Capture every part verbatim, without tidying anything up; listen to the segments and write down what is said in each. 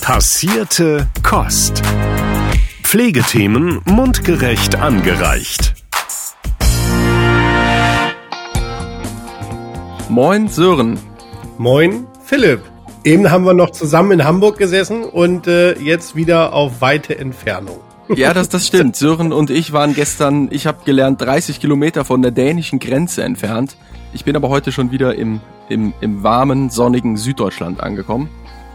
Passierte Kost. Pflegethemen mundgerecht angereicht. Moin Sören. Moin Philipp. Eben haben wir noch zusammen in Hamburg gesessen und äh, jetzt wieder auf weite Entfernung. Ja, das, das stimmt. Sören und ich waren gestern, ich habe gelernt, dreißig Kilometer von der dänischen Grenze entfernt. Ich bin aber heute schon wieder im, im, im warmen, sonnigen Süddeutschland angekommen.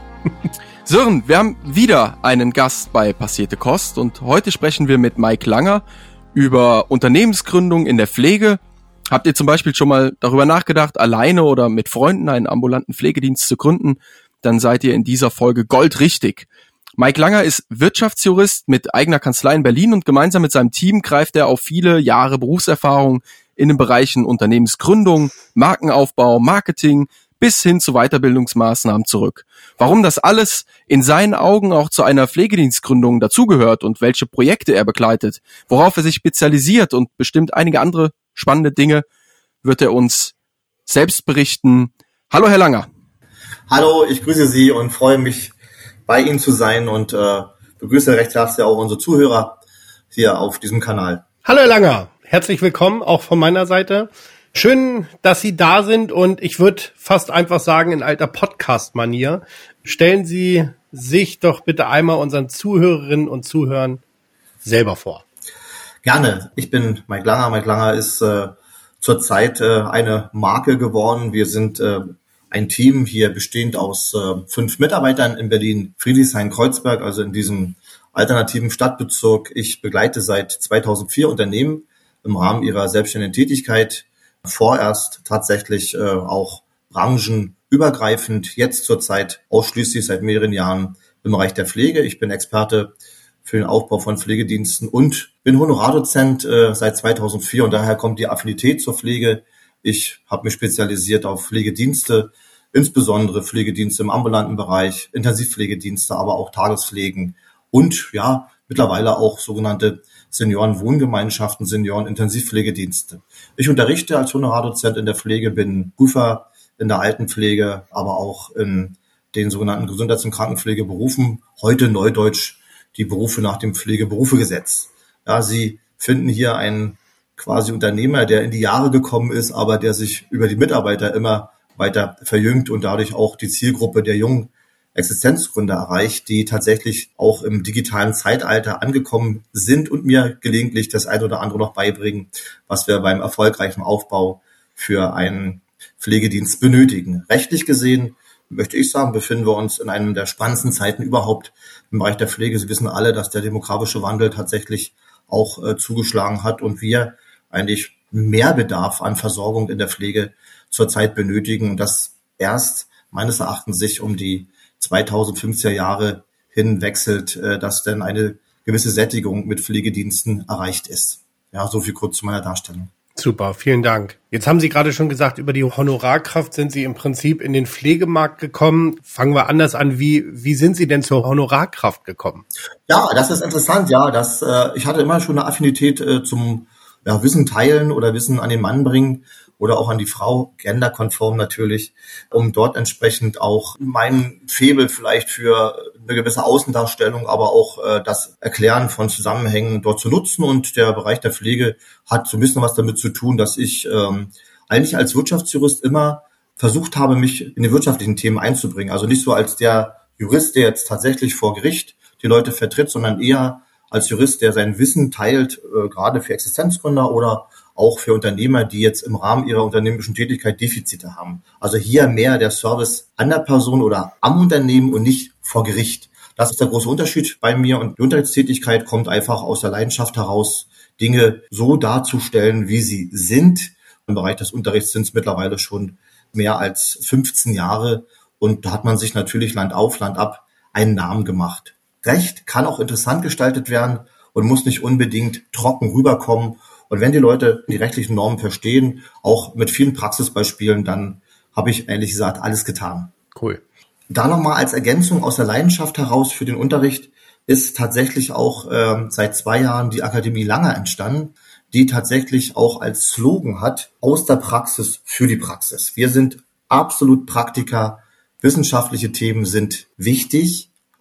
Sören, wir haben wieder einen Gast bei Passierte Kost und heute sprechen wir mit Mike Langer über Unternehmensgründung in der Pflege. Habt ihr zum Beispiel schon mal darüber nachgedacht, alleine oder mit Freunden einen ambulanten Pflegedienst zu gründen? Dann seid ihr in dieser Folge goldrichtig. Mike Langer ist Wirtschaftsjurist mit eigener Kanzlei in Berlin und gemeinsam mit seinem Team greift er auf viele Jahre Berufserfahrung in den Bereichen Unternehmensgründung, Markenaufbau, Marketing bis hin zu Weiterbildungsmaßnahmen zurück. Warum das alles in seinen Augen auch zu einer Pflegedienstgründung dazugehört und welche Projekte er begleitet, worauf er sich spezialisiert und bestimmt einige andere spannende Dinge, wird er uns selbst berichten. Hallo Herr Langer. Hallo, ich grüße Sie und freue mich, bei Ihnen zu sein und äh, begrüße recht herzlich auch unsere Zuhörer hier auf diesem Kanal. Hallo Herr Langer, herzlich willkommen auch von meiner Seite. Schön, dass Sie da sind und ich würde fast einfach sagen, in alter Podcast-Manier, stellen Sie sich doch bitte einmal unseren Zuhörerinnen und Zuhörern selber vor. Gerne. Ich bin Mike Langer. Mike Langer ist äh, zurzeit äh, eine Marke geworden. Wir sind äh, ein Team hier bestehend aus äh, fünf Mitarbeitern in Berlin, Friedrichshain-Kreuzberg, also in diesem alternativen Stadtbezirk. Ich begleite seit zweitausendvier Unternehmen im Rahmen ihrer selbstständigen Tätigkeit. Vorerst tatsächlich äh, auch branchenübergreifend, jetzt zurzeit ausschließlich seit mehreren Jahren im Bereich der Pflege. Ich bin Experte für den Aufbau von Pflegediensten und bin Honorardozent äh, seit zweitausendvier und daher kommt die Affinität zur Pflege. Ich habe mich spezialisiert auf Pflegedienste, insbesondere Pflegedienste im ambulanten Bereich, Intensivpflegedienste, aber auch Tagespflegen und ja mittlerweile auch sogenannte Seniorenwohngemeinschaften, Seniorenintensivpflegedienste. Ich unterrichte als Honorardozent in der Pflege, bin Prüfer in der Altenpflege, aber auch in den sogenannten Gesundheits- und Krankenpflegeberufen, heute neudeutsch die Berufe nach dem Pflegeberufegesetz. Ja, Sie finden hier einen quasi Unternehmer, der in die Jahre gekommen ist, aber der sich über die Mitarbeiter immer weiter verjüngt und dadurch auch die Zielgruppe der jungen Existenzgründer erreicht, die tatsächlich auch im digitalen Zeitalter angekommen sind und mir gelegentlich das ein oder andere noch beibringen, was wir beim erfolgreichen Aufbau für einen Pflegedienst benötigen. Rechtlich gesehen, möchte ich sagen, befinden wir uns in einem der spannendsten Zeiten überhaupt im Bereich der Pflege. Sie wissen alle, dass der demografische Wandel tatsächlich auch äh, zugeschlagen hat und wir eigentlich mehr Bedarf an Versorgung in der Pflege zurzeit benötigen und das erst meines Erachtens sich um die zweitausendfünfziger Jahre hin wechselt, äh, dass denn eine gewisse Sättigung mit Pflegediensten erreicht ist. Ja, so viel kurz zu meiner Darstellung. Super, vielen Dank. Jetzt haben Sie gerade schon gesagt, über die Honorarkraft sind Sie im Prinzip in den Pflegemarkt gekommen. Fangen wir anders an. Wie wie sind Sie denn zur Honorarkraft gekommen? Ja, das ist interessant. Ja, das äh, ich hatte immer schon eine Affinität äh, zum ja, Wissen teilen oder Wissen an den Mann bringen oder auch an die Frau, genderkonform natürlich, um dort entsprechend auch mein Faible vielleicht für eine gewisse Außendarstellung, aber auch äh, das Erklären von Zusammenhängen dort zu nutzen. Und der Bereich der Pflege hat so ein bisschen was damit zu tun, dass ich ähm, eigentlich als Wirtschaftsjurist immer versucht habe, mich in die wirtschaftlichen Themen einzubringen. Also nicht so als der Jurist, der jetzt tatsächlich vor Gericht die Leute vertritt, sondern eher als Jurist, der sein Wissen teilt, äh, gerade für Existenzgründer oder auch für Unternehmer, die jetzt im Rahmen ihrer unternehmerischen Tätigkeit Defizite haben. Also hier mehr der Service an der Person oder am Unternehmen und nicht vor Gericht. Das ist der große Unterschied bei mir und die Unterrichtstätigkeit kommt einfach aus der Leidenschaft heraus, Dinge so darzustellen, wie sie sind. Im Bereich des Unterrichts sind es mittlerweile schon mehr als fünfzehn Jahre und da hat man sich natürlich Land auf, Land ab einen Namen gemacht. Recht kann auch interessant gestaltet werden und muss nicht unbedingt trocken rüberkommen. Und wenn die Leute die rechtlichen Normen verstehen, auch mit vielen Praxisbeispielen, dann habe ich ehrlich gesagt alles getan. Cool. Da nochmal als Ergänzung aus der Leidenschaft heraus für den Unterricht ist tatsächlich auch äh, seit zwei Jahren die Akademie Langer entstanden, die tatsächlich auch als Slogan hat, aus der Praxis für die Praxis. Wir sind absolut Praktiker, wissenschaftliche Themen sind wichtig,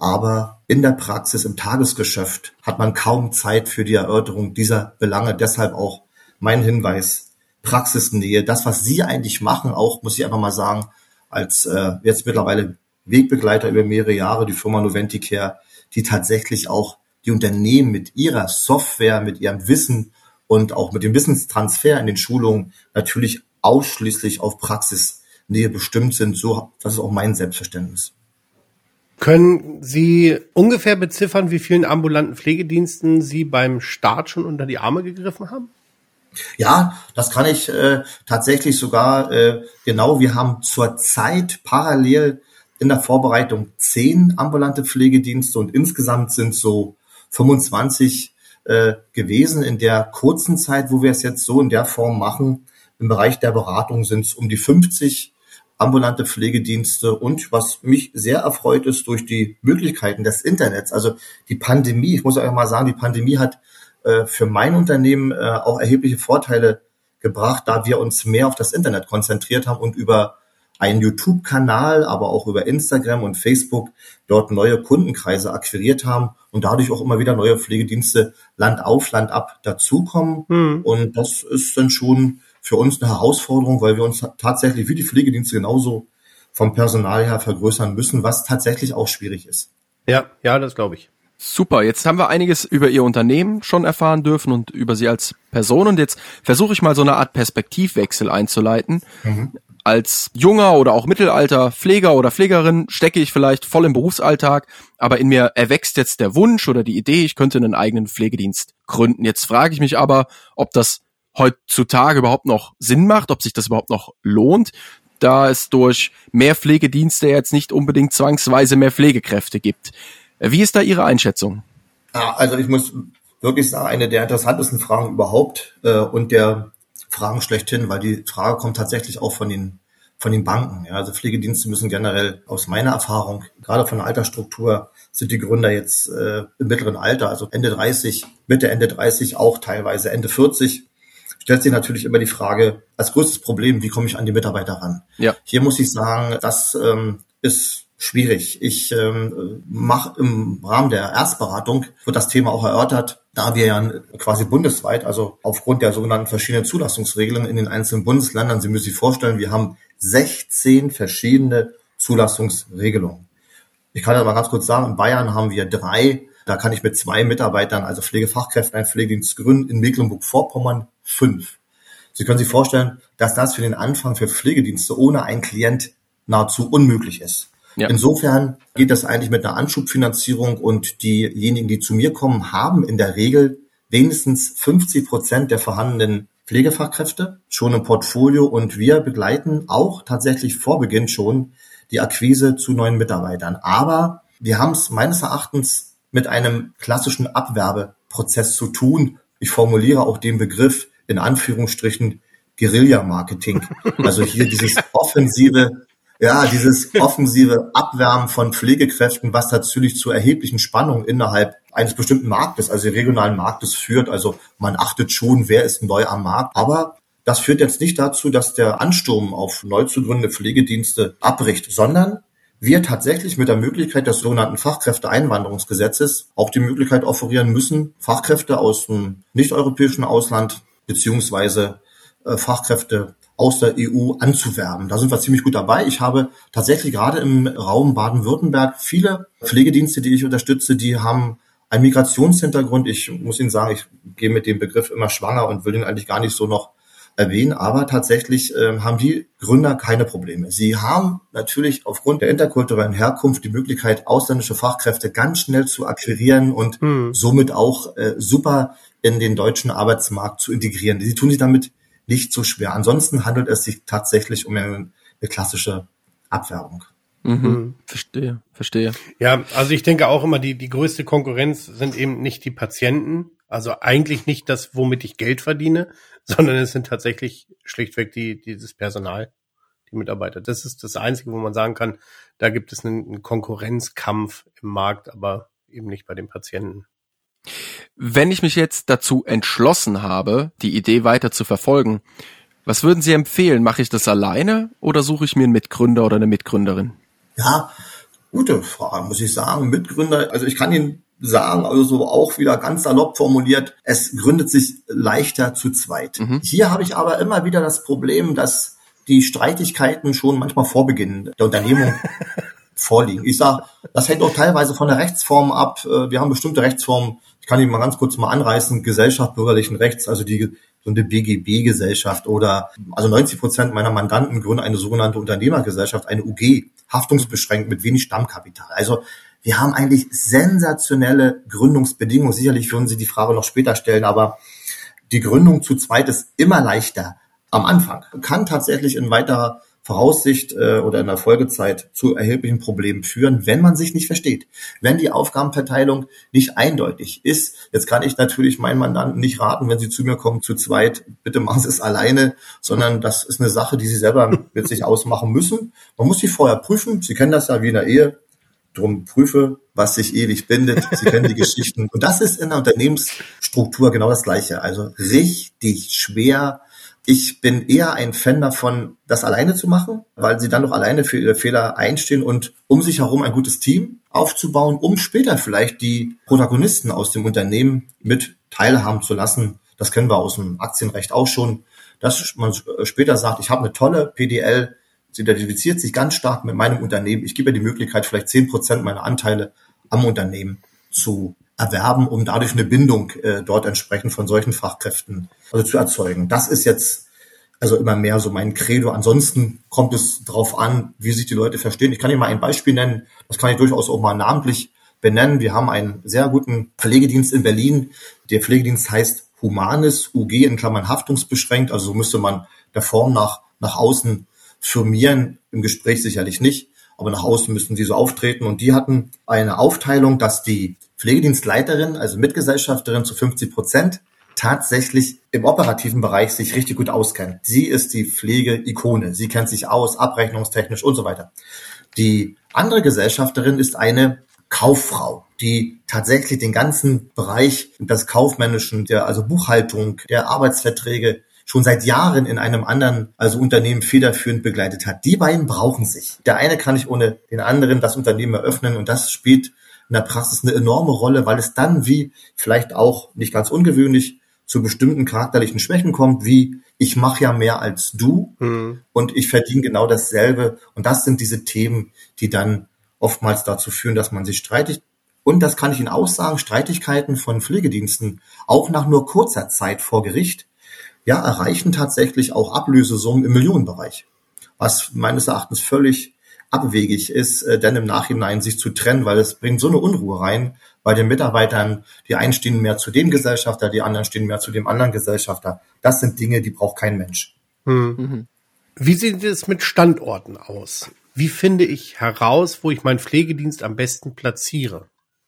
Aber in der Praxis, im Tagesgeschäft hat man kaum Zeit für die Erörterung dieser Belange. Deshalb auch mein Hinweis, Praxisnähe. Das, was Sie eigentlich machen, auch, muss ich einfach mal sagen, als äh, jetzt mittlerweile Wegbegleiter über mehrere Jahre, die Firma Noventicare, die tatsächlich auch die Unternehmen mit ihrer Software, mit ihrem Wissen und auch mit dem Wissenstransfer in den Schulungen natürlich ausschließlich auf Praxisnähe bestimmt sind. So, das ist auch mein Selbstverständnis. Können Sie ungefähr beziffern, wie vielen ambulanten Pflegediensten Sie beim Start schon unter die Arme gegriffen haben? Ja, das kann ich äh, tatsächlich sogar äh, genau. Wir haben zurzeit parallel in der Vorbereitung zehn ambulante Pflegedienste und insgesamt sind so fünfundzwanzig äh, gewesen. In der kurzen Zeit, wo wir es jetzt so in der Form machen, im Bereich der Beratung sind es um die fünfzig ambulante Pflegedienste und was mich sehr erfreut ist durch die Möglichkeiten des Internets. Also die Pandemie, ich muss einfach mal sagen, die Pandemie hat äh, für mein Unternehmen äh, auch erhebliche Vorteile gebracht, da wir uns mehr auf das Internet konzentriert haben und über einen YouTube-Kanal, aber auch über Instagram und Facebook dort neue Kundenkreise akquiriert haben und dadurch auch immer wieder neue Pflegedienste Land auf, Land ab dazukommen. Hm. Und das ist dann schon für uns eine Herausforderung, weil wir uns tatsächlich wie die Pflegedienste genauso vom Personal her vergrößern müssen, was tatsächlich auch schwierig ist. Ja, ja, das glaube ich. Super, jetzt haben wir einiges über Ihr Unternehmen schon erfahren dürfen und über Sie als Person und jetzt versuche ich mal so eine Art Perspektivwechsel einzuleiten. Mhm. Als junger oder auch mittelalter Pfleger oder Pflegerin stecke ich vielleicht voll im Berufsalltag, aber in mir erwächst jetzt der Wunsch oder die Idee, ich könnte einen eigenen Pflegedienst gründen. Jetzt frage ich mich aber, ob das heutzutage überhaupt noch Sinn macht, ob sich das überhaupt noch lohnt, da es durch mehr Pflegedienste jetzt nicht unbedingt zwangsweise mehr Pflegekräfte gibt. Wie ist da Ihre Einschätzung? Ja, also ich muss wirklich sagen, eine der interessantesten Fragen überhaupt äh, und der Fragen schlechthin, weil die Frage kommt tatsächlich auch von den von den Banken. Ja, also Pflegedienste müssen generell aus meiner Erfahrung, gerade von der Altersstruktur, sind die Gründer jetzt äh, im mittleren Alter, also Ende dreißig, Mitte, Ende dreißig, auch teilweise Ende vierzig. Stellt sich natürlich immer die Frage, als größtes Problem, wie komme ich an die Mitarbeiter ran? Ja. Hier muss ich sagen, das ähm, ist schwierig. Ich ähm, mache im Rahmen der Erstberatung, wird das Thema auch erörtert, da wir ja quasi bundesweit, also aufgrund der sogenannten verschiedenen Zulassungsregelungen in den einzelnen Bundesländern, Sie müssen sich vorstellen, wir haben sechzehn verschiedene Zulassungsregelungen. Ich kann ja mal ganz kurz sagen, in Bayern haben wir drei, da kann ich mit zwei Mitarbeitern, also Pflegefachkräften, einen Pflegedienst gründen, in Mecklenburg-Vorpommern fünf. Sie können sich vorstellen, dass das für den Anfang für Pflegedienste ohne einen Klient nahezu unmöglich ist. Ja. Insofern geht das eigentlich mit einer Anschubfinanzierung und diejenigen, die zu mir kommen, haben in der Regel wenigstens fünfzig Prozent der vorhandenen Pflegefachkräfte schon im Portfolio und wir begleiten auch tatsächlich vor Beginn schon die Akquise zu neuen Mitarbeitern. Aber wir haben es meines Erachtens mit einem klassischen Abwerbeprozess zu tun. Ich formuliere auch den Begriff in Anführungsstrichen Guerilla-Marketing. Also hier dieses offensive Ja, dieses offensive Abwärmen von Pflegekräften, was natürlich zu erheblichen Spannungen innerhalb eines bestimmten Marktes, also regionalen Marktes führt. Also man achtet schon, wer ist neu am Markt. Aber das führt jetzt nicht dazu, dass der Ansturm auf neu zu gründende Pflegedienste abbricht, sondern wir tatsächlich mit der Möglichkeit des sogenannten Fachkräfteeinwanderungsgesetzes auch die Möglichkeit offerieren müssen, Fachkräfte aus dem nicht-europäischen Ausland beziehungsweise äh, Fachkräfte aus der E U anzuwerben. Da sind wir ziemlich gut dabei. Ich habe tatsächlich gerade im Raum Baden-Württemberg viele Pflegedienste, die ich unterstütze, die haben einen Migrationshintergrund. Ich muss Ihnen sagen, ich gehe mit dem Begriff immer schwanger und will ihn eigentlich gar nicht so noch erwähnen, aber tatsächlich äh, haben die Gründer keine Probleme. Sie haben natürlich aufgrund der interkulturellen Herkunft die Möglichkeit, ausländische Fachkräfte ganz schnell zu akquirieren und hm. somit auch äh, super in den deutschen Arbeitsmarkt zu integrieren. Sie tun sich damit nicht so schwer. Ansonsten handelt es sich tatsächlich um eine, eine klassische Abwerbung. Mhm. Verstehe, verstehe. Ja, also ich denke auch immer, die, die größte Konkurrenz sind eben nicht die Patienten, also eigentlich nicht das, womit ich Geld verdiene, sondern es sind tatsächlich schlichtweg die, dieses Personal, die Mitarbeiter. Das ist das Einzige, wo man sagen kann, da gibt es einen, einen Konkurrenzkampf im Markt, aber eben nicht bei den Patienten. Wenn ich mich jetzt dazu entschlossen habe, die Idee weiter zu verfolgen, was würden Sie empfehlen? Mache ich das alleine oder suche ich mir einen Mitgründer oder eine Mitgründerin? Ja, Gute Frage, muss ich sagen. Mitgründer, also ich kann Ihnen sagen, also so auch wieder ganz salopp formuliert, es gründet sich leichter zu zweit. Mhm. Hier habe ich aber immer wieder das Problem, dass die Streitigkeiten schon manchmal vor Beginn der Unternehmung vorliegen. Ich sage, das hängt auch teilweise von der Rechtsform ab. Wir haben bestimmte Rechtsformen, ich kann Ihnen mal ganz kurz mal anreißen, Gesellschaft bürgerlichen Rechts, also die so eine B G B-Gesellschaft oder also neunzig Prozent meiner Mandanten gründen eine sogenannte Unternehmergesellschaft, eine U G, haftungsbeschränkt mit wenig Stammkapital. Also wir haben eigentlich sensationelle Gründungsbedingungen. Sicherlich würden Sie die Frage noch später stellen, aber die Gründung zu zweit ist immer leichter am Anfang. Kann tatsächlich in weiterer Voraussicht äh, oder in der Folgezeit zu erheblichen Problemen führen, wenn man sich nicht versteht. Wenn die Aufgabenverteilung nicht eindeutig ist. Jetzt kann ich natürlich meinen Mandanten nicht raten, wenn sie zu mir kommen, zu zweit, bitte machen Sie es alleine, sondern das ist eine Sache, die Sie selber mit sich ausmachen müssen. Man muss sie vorher prüfen. Sie kennen das ja wie in der Ehe. Drum prüfe, was sich ewig bindet. Sie kennen die Geschichten. Und das ist in der Unternehmensstruktur genau das Gleiche. Also richtig schwer. Ich bin eher ein Fan davon, das alleine zu machen, weil sie dann noch alleine für ihre Fehler einstehen und um sich herum ein gutes Team aufzubauen, um später vielleicht die Protagonisten aus dem Unternehmen mit teilhaben zu lassen. Das kennen wir aus dem Aktienrecht auch schon, dass man später sagt, ich habe eine tolle P D L, sie identifiziert sich ganz stark mit meinem Unternehmen. Ich gebe ihr die Möglichkeit, vielleicht zehn Prozent meiner Anteile am Unternehmen zu erwerben, um dadurch eine Bindung äh, dort entsprechend von solchen Fachkräften also zu erzeugen. Das ist jetzt also immer mehr so mein Credo. Ansonsten kommt es darauf an, wie sich die Leute verstehen. Ich kann Ihnen mal ein Beispiel nennen. Das kann ich durchaus auch mal namentlich benennen. Wir haben einen sehr guten Pflegedienst in Berlin. Der Pflegedienst heißt Humanis, U G in Klammern haftungsbeschränkt. Also so müsste man der Form nach nach außen firmieren. Im Gespräch sicherlich nicht, aber nach außen müssten sie so auftreten. Und die hatten eine Aufteilung, dass die Pflegedienstleiterin, also Mitgesellschafterin zu fünfzig Prozent, tatsächlich im operativen Bereich sich richtig gut auskennt. Sie ist die Pflege-Ikone. Sie kennt sich aus, abrechnungstechnisch und so weiter. Die andere Gesellschafterin ist eine Kauffrau, die tatsächlich den ganzen Bereich des Kaufmännischen, der also Buchhaltung, der Arbeitsverträge schon seit Jahren in einem anderen, also Unternehmen federführend begleitet hat. Die beiden brauchen sich. Der eine kann nicht ohne den anderen das Unternehmen eröffnen und das spielt in der Praxis eine enorme Rolle, weil es dann wie vielleicht auch nicht ganz ungewöhnlich zu bestimmten charakterlichen Schwächen kommt, wie ich mache ja mehr als du mhm. und ich verdiene genau dasselbe. Und das sind diese Themen, die dann oftmals dazu führen, dass man sich streitet. Und das kann ich Ihnen auch sagen, Streitigkeiten von Pflegediensten auch nach nur kurzer Zeit vor Gericht ja, erreichen tatsächlich auch Ablösesummen im Millionenbereich, was meines Erachtens völlig abwegig ist, äh, denn im Nachhinein sich zu trennen, weil es bringt so eine Unruhe rein bei den Mitarbeitern. Die einen stehen mehr zu dem Gesellschafter, die anderen stehen mehr zu dem anderen Gesellschafter. Das sind Dinge, die braucht kein Mensch. Hm. Mhm. Wie sieht es mit Standorten aus? Wie finde ich heraus, wo ich meinen Pflegedienst am besten platziere?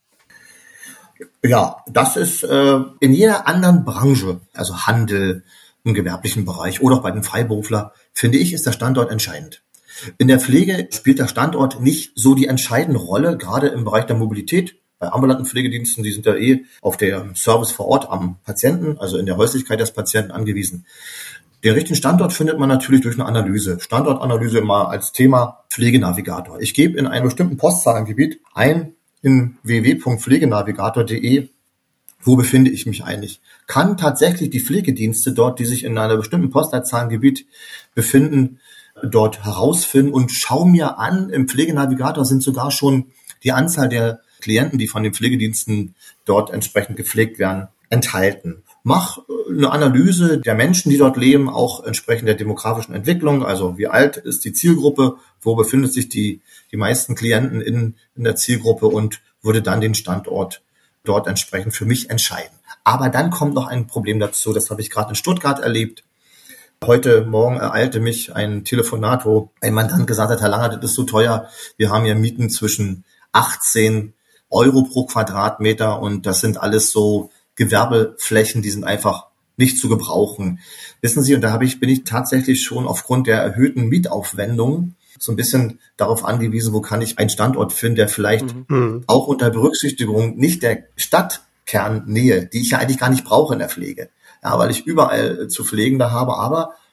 Ja, das ist äh, in jeder anderen Branche, also Handel, im gewerblichen Bereich oder auch bei den Freiberufler, finde ich, ist der Standort entscheidend. In der Pflege spielt der Standort nicht so die entscheidende Rolle, gerade im Bereich der Mobilität. Bei ambulanten Pflegediensten, die sind ja eh auf der Service vor Ort am Patienten, also in der Häuslichkeit des Patienten angewiesen. Den richtigen Standort findet man natürlich durch eine Analyse. Standortanalyse immer als Thema Pflegenavigator. Ich gebe in einem bestimmten Postzahlengebiet ein in w w w punkt pflegenavigator punkt d e, wo befinde ich mich eigentlich? Kann tatsächlich die Pflegedienste dort, die sich in einer bestimmten Postleitzahlengebiet befinden, dort herausfinden und schau mir an, im Pflegenavigator sind sogar schon die Anzahl der Klienten, die von den Pflegediensten dort entsprechend gepflegt werden, enthalten. Mach eine Analyse der Menschen, die dort leben, auch entsprechend der demografischen Entwicklung, also wie alt ist die Zielgruppe, wo befindet sich die, die meisten Klienten in, in der Zielgruppe und würde dann den Standort dort entsprechend für mich entscheiden. Aber dann kommt noch ein Problem dazu, das habe ich gerade in Stuttgart erlebt. Heute Morgen ereilte mich ein Telefonat, wo ein Mandant gesagt hat, Herr Langer, das ist so teuer, wir haben ja Mieten zwischen achtzehn Euro pro Quadratmeter und das sind alles so Gewerbeflächen, die sind einfach nicht zu gebrauchen. Wissen Sie, und da habe ich, bin ich tatsächlich schon aufgrund der erhöhten Mietaufwendungen so ein bisschen darauf angewiesen, wo kann ich einen Standort finden, der vielleicht mhm. auch unter Berücksichtigung nicht der Stadtkernnähe, die ich ja eigentlich gar nicht brauche in der Pflege, ja, weil ich überall zu Pflegende habe, aber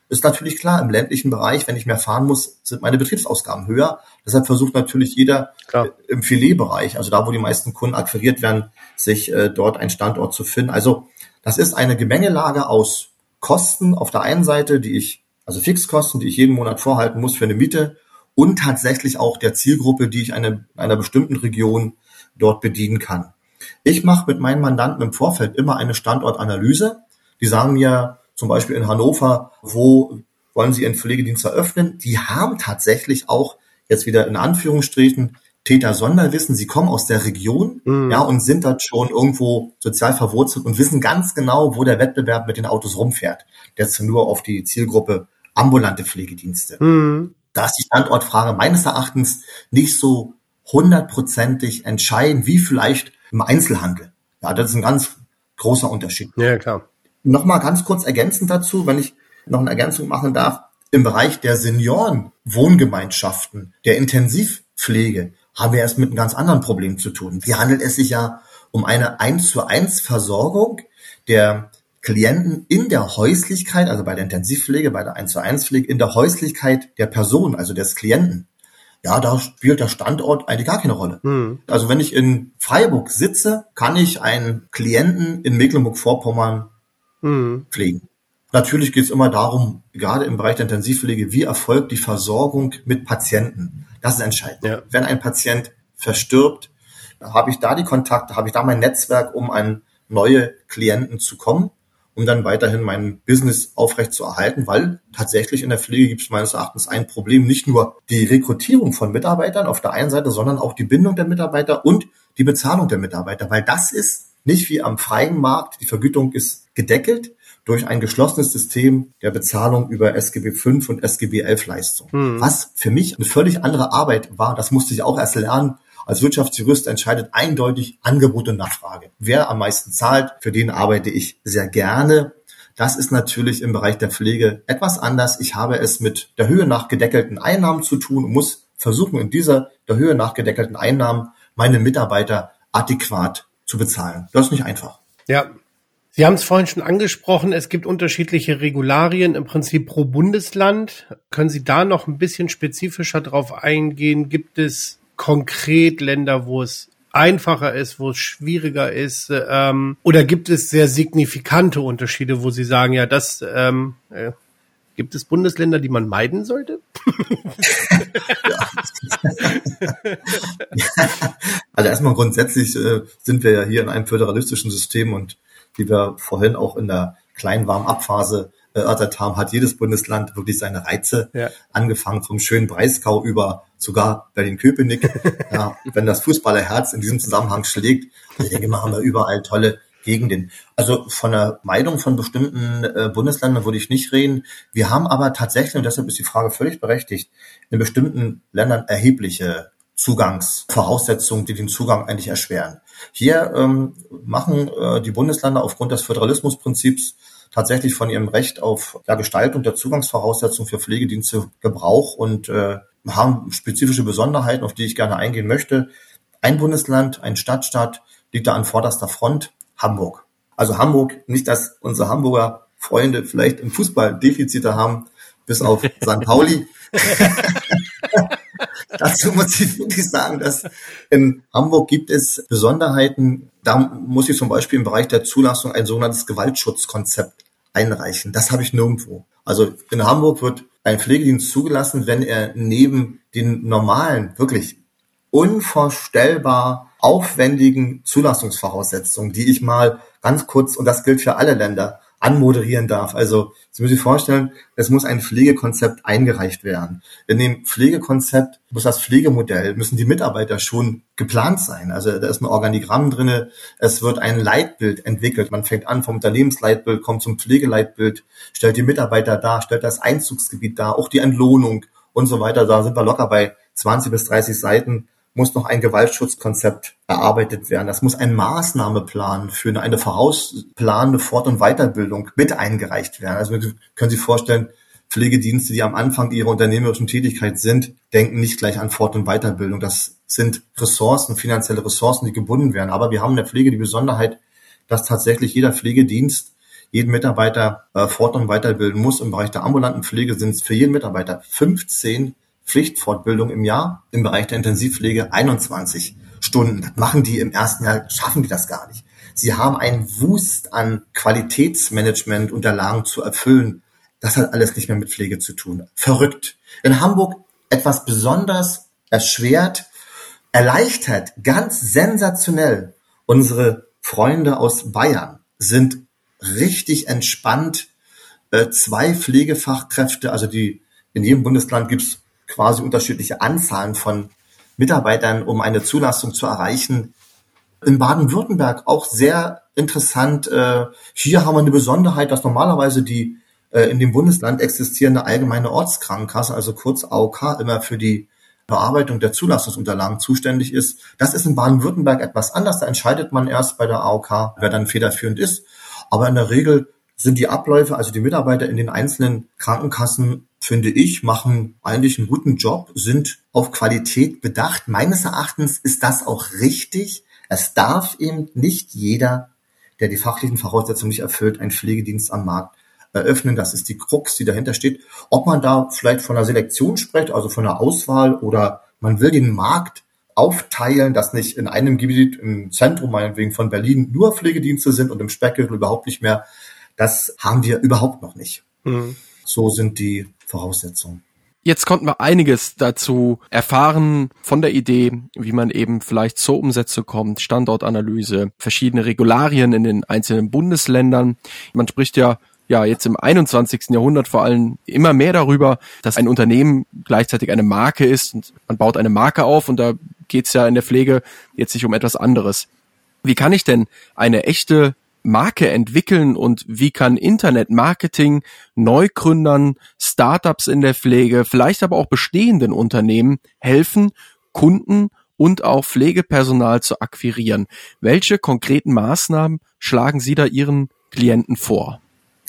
Ist natürlich klar, im ländlichen Bereich, wenn ich mehr fahren muss, sind meine Betriebsausgaben höher. Deshalb versucht natürlich jeder klar. im Filetbereich, also da, wo die meisten Kunden akquiriert werden, sich äh, dort einen Standort zu finden. Also das ist eine Gemengelage aus Kosten auf der einen Seite, die ich, also Fixkosten, die ich jeden Monat vorhalten muss für eine Miete und tatsächlich auch der Zielgruppe, die ich eine, einer bestimmten Region dort bedienen kann. Ich mache mit meinen Mandanten im Vorfeld immer eine Standortanalyse. Die sagen mir, zum Beispiel in Hannover, wo wollen Sie Ihren Pflegedienst eröffnen? Die haben tatsächlich auch, jetzt wieder in Anführungsstrichen, Täter-Sonderwissen. Sie kommen aus der Region, mhm. ja, und sind dort schon irgendwo sozial verwurzelt und wissen ganz genau, wo der Wettbewerb mit den Autos rumfährt. Jetzt nur auf die Zielgruppe ambulante Pflegedienste. Mhm. Da ist die Standortfrage meines Erachtens nicht so hundertprozentig entscheidend, wie vielleicht im Einzelhandel. Ja, das ist ein ganz großer Unterschied. Ja, klar. Nochmal ganz kurz ergänzend dazu, wenn ich noch eine Ergänzung machen darf. Im Bereich der Senioren-Wohngemeinschaften, der Intensivpflege, haben wir erst mit einem ganz anderen Problem zu tun. Hier handelt es sich ja um eine eins zu eins Versorgung der Klienten in der Häuslichkeit, also bei der Intensivpflege, bei der eins zu eins Pflege, in der Häuslichkeit der Person, also des Klienten. Ja, da spielt der Standort eigentlich gar keine Rolle. Hm. Also wenn ich in Freiburg sitze, kann ich einen Klienten in Mecklenburg-Vorpommern hm. pflegen. Natürlich geht es immer darum, gerade im Bereich der Intensivpflege, wie erfolgt die Versorgung mit Patienten. Das ist entscheidend. Ja. Wenn ein Patient verstirbt, habe ich da die Kontakte, habe ich da mein Netzwerk, um an neue Klienten zu kommen, um dann weiterhin mein Business aufrecht zu erhalten, weil tatsächlich in der Pflege gibt es meines Erachtens ein Problem, nicht nur die Rekrutierung von Mitarbeitern auf der einen Seite, sondern auch die Bindung der Mitarbeiter und die Bezahlung der Mitarbeiter, weil das ist nicht wie am freien Markt, die Vergütung ist gedeckelt durch ein geschlossenes System der Bezahlung über S G B fünf und S G B elf Leistungen. Hm. Was für mich eine völlig andere Arbeit war, das musste ich auch erst lernen. Als Wirtschaftsjurist entscheidet eindeutig Angebot und Nachfrage. Wer am meisten zahlt, für den arbeite ich sehr gerne. Das ist natürlich im Bereich der Pflege etwas anders. Ich habe es mit der Höhe nach gedeckelten Einnahmen zu tun und muss versuchen, in dieser der Höhe nach gedeckelten Einnahmen meine Mitarbeiter adäquat zu bezahlen. Das ist nicht einfach. Ja. Sie haben es vorhin schon angesprochen, es gibt unterschiedliche Regularien, im Prinzip pro Bundesland. Können Sie da noch ein bisschen spezifischer drauf eingehen? Gibt es konkret Länder, wo es einfacher ist, wo es schwieriger ist? Ähm, oder gibt es sehr signifikante Unterschiede, wo Sie sagen, ja, das ähm, äh, gibt es Bundesländer, die man meiden sollte? Also erstmal grundsätzlich äh, sind wir ja hier in einem föderalistischen System und wie wir vorhin auch in der kleinen Warm-up-Phase erörtert haben, hat jedes Bundesland wirklich seine Reize, ja. Angefangen vom schönen Breisgau über sogar Berlin-Köpenick. Ja, wenn das Fußballerherz in diesem Zusammenhang schlägt, ich denke mal, haben wir überall tolle Gegenden. Also von der Meidung von bestimmten äh, Bundesländern würde ich nicht reden. Wir haben aber tatsächlich, und deshalb ist die Frage völlig berechtigt, in bestimmten Ländern erhebliche Zugangsvoraussetzungen, die den Zugang eigentlich erschweren. Hier ähm, machen äh, die Bundesländer aufgrund des Föderalismusprinzips tatsächlich von ihrem Recht auf ja, Gestaltung der Zugangsvoraussetzungen für Pflegedienste Gebrauch und äh, haben spezifische Besonderheiten, auf die ich gerne eingehen möchte. Ein Bundesland, ein Stadtstaat liegt da an vorderster Front, Hamburg. Also Hamburg, nicht, dass unsere Hamburger Freunde vielleicht im Fußball Defizite haben, bis auf Sankt Pauli. Dazu muss ich wirklich sagen, dass in Hamburg gibt es Besonderheiten. Da muss ich zum Beispiel im Bereich der Zulassung ein sogenanntes Gewaltschutzkonzept einreichen. Das habe ich nirgendwo. Also in Hamburg wird ein Pflegedienst zugelassen, wenn er neben den normalen, wirklich unvorstellbar aufwendigen Zulassungsvoraussetzungen, die ich mal ganz kurz, und das gilt für alle Länder, anmoderieren darf. Also Sie müssen sich vorstellen, es muss ein Pflegekonzept eingereicht werden. In dem Pflegekonzept muss das Pflegemodell, müssen die Mitarbeiter schon geplant sein. Also da ist ein Organigramm drinne, es wird ein Leitbild entwickelt. Man fängt an vom Unternehmensleitbild, kommt zum Pflegeleitbild, stellt die Mitarbeiter dar, stellt das Einzugsgebiet dar, auch die Entlohnung und so weiter. Da sind wir locker bei zwanzig bis dreißig Seiten. Muss noch ein Gewaltschutzkonzept erarbeitet werden. Das muss ein Maßnahmeplan für eine, eine vorausplanende Fort- und Weiterbildung mit eingereicht werden. Also können Sie sich vorstellen, Pflegedienste, die am Anfang ihrer unternehmerischen Tätigkeit sind, denken nicht gleich an Fort- und Weiterbildung. Das sind Ressourcen, finanzielle Ressourcen, die gebunden werden. Aber wir haben in der Pflege die Besonderheit, dass tatsächlich jeder Pflegedienst jeden Mitarbeiter äh, fort- und weiterbilden muss. Im Bereich der ambulanten Pflege sind es für jeden Mitarbeiter fünfzehn Pflichtfortbildungen im Jahr, im Bereich der Intensivpflege einundzwanzig Stunden. Das machen die im ersten Jahr, schaffen die das gar nicht. Sie haben einen Wust an Qualitätsmanagement-Unterlagen zu erfüllen. Das hat alles nicht mehr mit Pflege zu tun. Verrückt. In Hamburg etwas besonders erschwert, erleichtert, ganz sensationell. Unsere Freunde aus Bayern sind richtig entspannt. Äh, zwei Pflegefachkräfte, also die in jedem Bundesland gibt es quasi unterschiedliche Anzahlen von Mitarbeitern, um eine Zulassung zu erreichen. In Baden-Württemberg auch sehr interessant. Äh, hier haben wir eine Besonderheit, dass normalerweise die äh, in dem Bundesland existierende allgemeine Ortskrankenkasse, also kurz A O K, immer für die Bearbeitung der Zulassungsunterlagen zuständig ist. Das ist in Baden-Württemberg etwas anders. Da entscheidet man erst bei der A O K, wer dann federführend ist. Aber in der Regel sind die Abläufe, also die Mitarbeiter in den einzelnen Krankenkassen, finde ich, machen eigentlich einen guten Job, sind auf Qualität bedacht. Meines Erachtens ist das auch richtig. Es darf eben nicht jeder, der die fachlichen Voraussetzungen nicht erfüllt, einen Pflegedienst am Markt eröffnen. Das ist die Krux, die dahinter steht. Ob man da vielleicht von einer Selektion spricht, also von einer Auswahl, oder man will den Markt aufteilen, dass nicht in einem Gebiet, im Zentrum meinetwegen von Berlin, nur Pflegedienste sind und im Speckgürtel überhaupt nicht mehr. Das haben wir überhaupt noch nicht. Mhm. So sind die Voraussetzungen. Jetzt konnten wir einiges dazu erfahren von der Idee, wie man eben vielleicht zur Umsetzung kommt, Standortanalyse, verschiedene Regularien in den einzelnen Bundesländern. Man spricht ja ja jetzt im einundzwanzigsten Jahrhundert vor allem immer mehr darüber, dass ein Unternehmen gleichzeitig eine Marke ist und man baut eine Marke auf und da geht's ja in der Pflege jetzt nicht um etwas anderes. Wie kann ich denn eine echte Marke entwickeln und wie kann Internetmarketing Neugründern, Startups in der Pflege, vielleicht aber auch bestehenden Unternehmen helfen, Kunden und auch Pflegepersonal zu akquirieren? Welche konkreten Maßnahmen schlagen Sie da Ihren Klienten vor?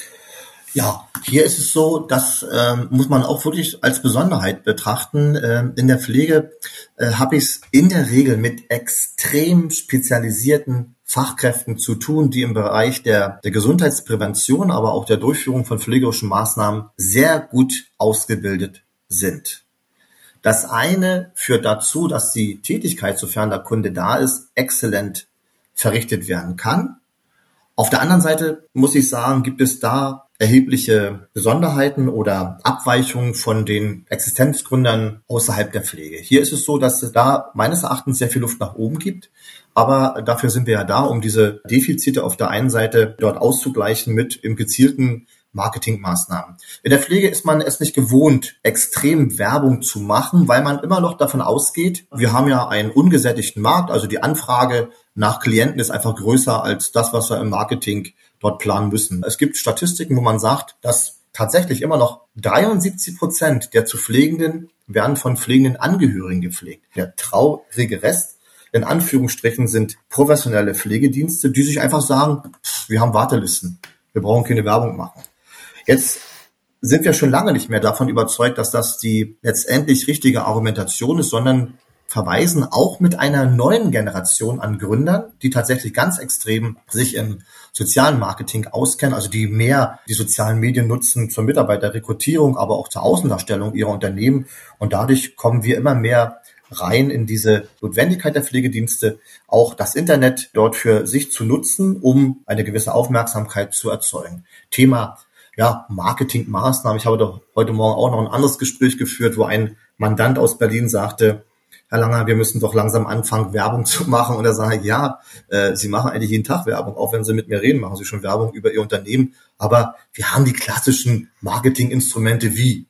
Ja, hier ist es so, das ähm, muss man auch wirklich als Besonderheit betrachten. Ähm, in der Pflege äh, habe ich es in der Regel mit extrem spezialisierten Fachkräften zu tun, die im Bereich der, der Gesundheitsprävention, aber auch der Durchführung von pflegerischen Maßnahmen sehr gut ausgebildet sind. Das eine führt dazu, dass die Tätigkeit, sofern der Kunde da ist, exzellent verrichtet werden kann. Auf der anderen Seite muss ich sagen, gibt es da erhebliche Besonderheiten oder Abweichungen von den Existenzgründern außerhalb der Pflege. Hier ist es so, dass es da meines Erachtens sehr viel Luft nach oben gibt. Aber dafür sind wir ja da, um diese Defizite auf der einen Seite dort auszugleichen mit im gezielten Marketingmaßnahmen. In der Pflege ist man es nicht gewohnt, extrem Werbung zu machen, weil man immer noch davon ausgeht, wir haben ja einen ungesättigten Markt, also die Anfrage nach Klienten ist einfach größer als das, was wir im Marketing dort planen müssen. Es gibt Statistiken, wo man sagt, dass tatsächlich immer noch dreiundsiebzig Prozent der zu Pflegenden werden von pflegenden Angehörigen gepflegt. Der traurige Rest, in Anführungsstrichen, sind professionelle Pflegedienste, die sich einfach sagen, pff, wir haben Wartelisten, wir brauchen keine Werbung machen. Jetzt sind wir schon lange nicht mehr davon überzeugt, dass das die letztendlich richtige Argumentation ist, sondern verweisen auch mit einer neuen Generation an Gründern, die tatsächlich ganz extrem sich im sozialen Marketing auskennen, also die mehr die sozialen Medien nutzen zur Mitarbeiterrekrutierung, aber auch zur Außendarstellung ihrer Unternehmen. Und dadurch kommen wir immer mehr rein in diese Notwendigkeit der Pflegedienste, auch das Internet dort für sich zu nutzen, um eine gewisse Aufmerksamkeit zu erzeugen. Thema ja, Marketingmaßnahmen. Ich habe doch heute Morgen auch noch ein anderes Gespräch geführt, wo ein Mandant aus Berlin sagte, Herr Langer, wir müssen doch langsam anfangen, Werbung zu machen. Und er sagt, ja, äh, Sie machen eigentlich jeden Tag Werbung. Auch wenn Sie mit mir reden, machen Sie schon Werbung über Ihr Unternehmen. Aber wir haben die klassischen Marketinginstrumente wie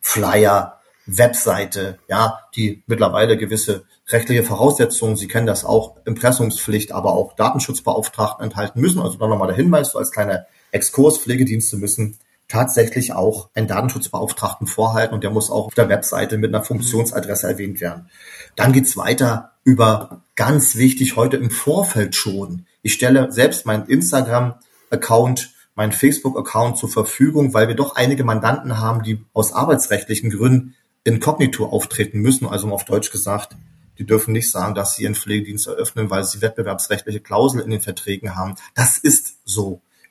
Flyer, Webseite, ja, die mittlerweile gewisse rechtliche Voraussetzungen, Sie kennen das auch, Impressumspflicht, aber auch Datenschutzbeauftragten enthalten müssen. Also dann nochmal der Hinweis, so als kleiner Exkurs, Pflegedienste müssen tatsächlich auch einen Datenschutzbeauftragten vorhalten und der muss auch auf der Webseite mit einer Funktionsadresse erwähnt werden. Dann geht's weiter über, ganz wichtig, heute im Vorfeld schon. Ich stelle selbst meinen Instagram-Account, meinen Facebook-Account zur Verfügung, weil wir doch einige Mandanten haben, die aus arbeitsrechtlichen Gründen inkognito auftreten müssen, also auf Deutsch gesagt, die dürfen nicht sagen, dass sie ihren Pflegedienst eröffnen, weil sie wettbewerbsrechtliche Klauseln in den Verträgen haben. Das ist so.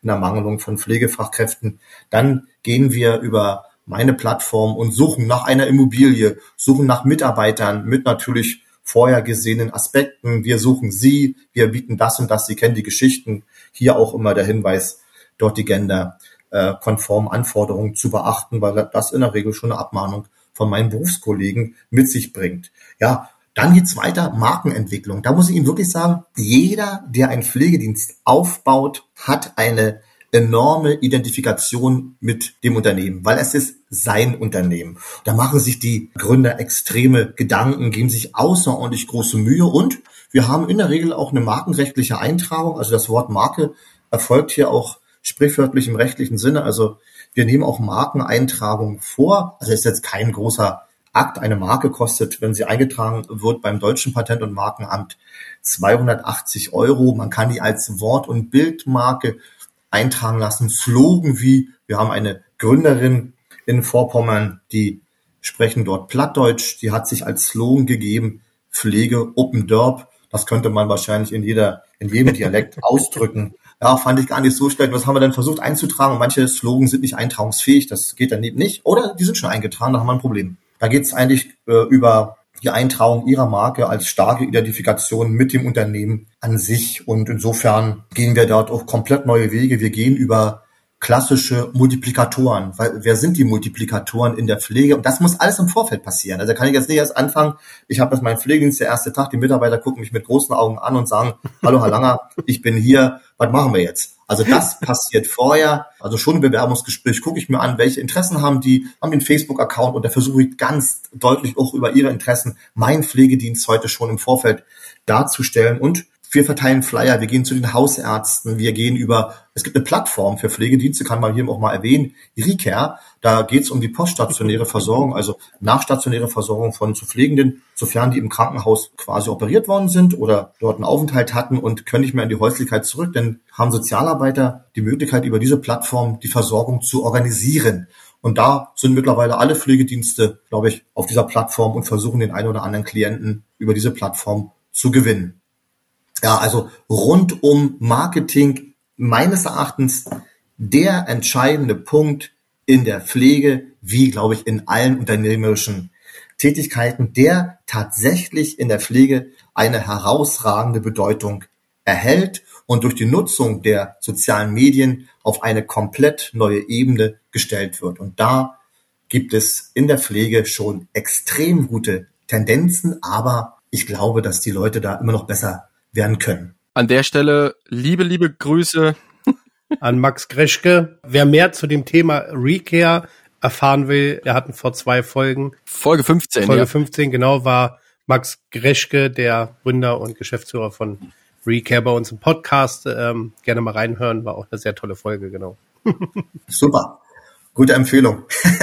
in der Mangelung von Pflegefachkräften. Dann gehen wir über meine Plattform und suchen nach einer Immobilie, suchen nach Mitarbeitern mit natürlich vorher gesehenen Aspekten. Wir suchen sie, wir bieten das und das, Sie kennen die Geschichten. Hier auch immer der Hinweis, dort die genderkonformen Anforderungen zu beachten, weil das in der Regel schon eine Abmahnung von meinen Berufskollegen mit sich bringt. Ja, dann geht's weiter, Markenentwicklung. Da muss ich Ihnen wirklich sagen, jeder, der einen Pflegedienst aufbaut, hat eine enorme Identifikation mit dem Unternehmen, weil es ist sein Unternehmen. Da machen sich die Gründer extreme Gedanken, geben sich außerordentlich große Mühe und wir haben in der Regel auch eine markenrechtliche Eintragung. Also das Wort Marke erfolgt hier auch sprichwörtlich im rechtlichen Sinne. Also wir nehmen auch Markeneintragung vor. Also ist jetzt kein großer Akt. Eine Marke kostet, wenn sie eingetragen wird beim Deutschen Patent- und Markenamt, zweihundertachtzig Euro. Man kann die als Wort- und Bildmarke eintragen lassen. Slogan wie, wir haben eine Gründerin in Vorpommern, die sprechen dort Plattdeutsch, die hat sich als Slogan gegeben, Pflege Open Dorp. Das könnte man wahrscheinlich in jeder, in jedem Dialekt ausdrücken. Ja, fand ich gar nicht so schlecht. Was haben wir dann versucht einzutragen? Und manche Slogans sind nicht eintragungsfähig, das geht dann eben nicht. Oder die sind schon eingetragen, da haben wir ein Problem. Da geht es eigentlich äh, über die Eintragung ihrer Marke als starke Identifikation mit dem Unternehmen an sich. Und insofern gehen wir dort auch komplett neue Wege. Wir gehen über klassische Multiplikatoren, weil wer sind die Multiplikatoren in der Pflege? Und das muss alles im Vorfeld passieren. Also kann ich jetzt nicht erst anfangen, ich habe jetzt meinen Pflegedienst, der erste Tag, die Mitarbeiter gucken mich mit großen Augen an und sagen, hallo Herr Langer, ich bin hier, was machen wir jetzt? Also das passiert vorher, also schon im Bewerbungsgespräch gucke ich mir an, welche Interessen haben die, haben den Facebook-Account und da versuche ich ganz deutlich auch über ihre Interessen meinen Pflegedienst heute schon im Vorfeld darzustellen und wir verteilen Flyer, wir gehen zu den Hausärzten, wir gehen über, es gibt eine Plattform für Pflegedienste, kann man hier auch mal erwähnen, ReCare, da geht es um die poststationäre Versorgung, also nachstationäre Versorgung von zu Pflegenden, sofern die im Krankenhaus quasi operiert worden sind oder dort einen Aufenthalt hatten und können nicht mehr in die Häuslichkeit zurück, dann haben Sozialarbeiter die Möglichkeit, über diese Plattform die Versorgung zu organisieren. Und da sind mittlerweile alle Pflegedienste, glaube ich, auf dieser Plattform und versuchen den einen oder anderen Klienten über diese Plattform zu gewinnen. Ja, also rund um Marketing meines Erachtens der entscheidende Punkt in der Pflege, wie glaube ich in allen unternehmerischen Tätigkeiten, der tatsächlich in der Pflege eine herausragende Bedeutung erhält und durch die Nutzung der sozialen Medien auf eine komplett neue Ebene gestellt wird. Und da gibt es in der Pflege schon extrem gute Tendenzen, aber ich glaube, dass die Leute da immer noch besser werden können. An der Stelle liebe, liebe Grüße an Max Greschke. Wer mehr zu dem Thema ReCare erfahren will, wir hatten vor zwei Folgen. Folge fünfzehn. Folge ja. fünfzehn, genau, war Max Greschke, der Gründer und Geschäftsführer von ReCare bei uns im Podcast. Ähm, gerne mal reinhören, war auch eine sehr tolle Folge, genau. Super. Gute Empfehlung.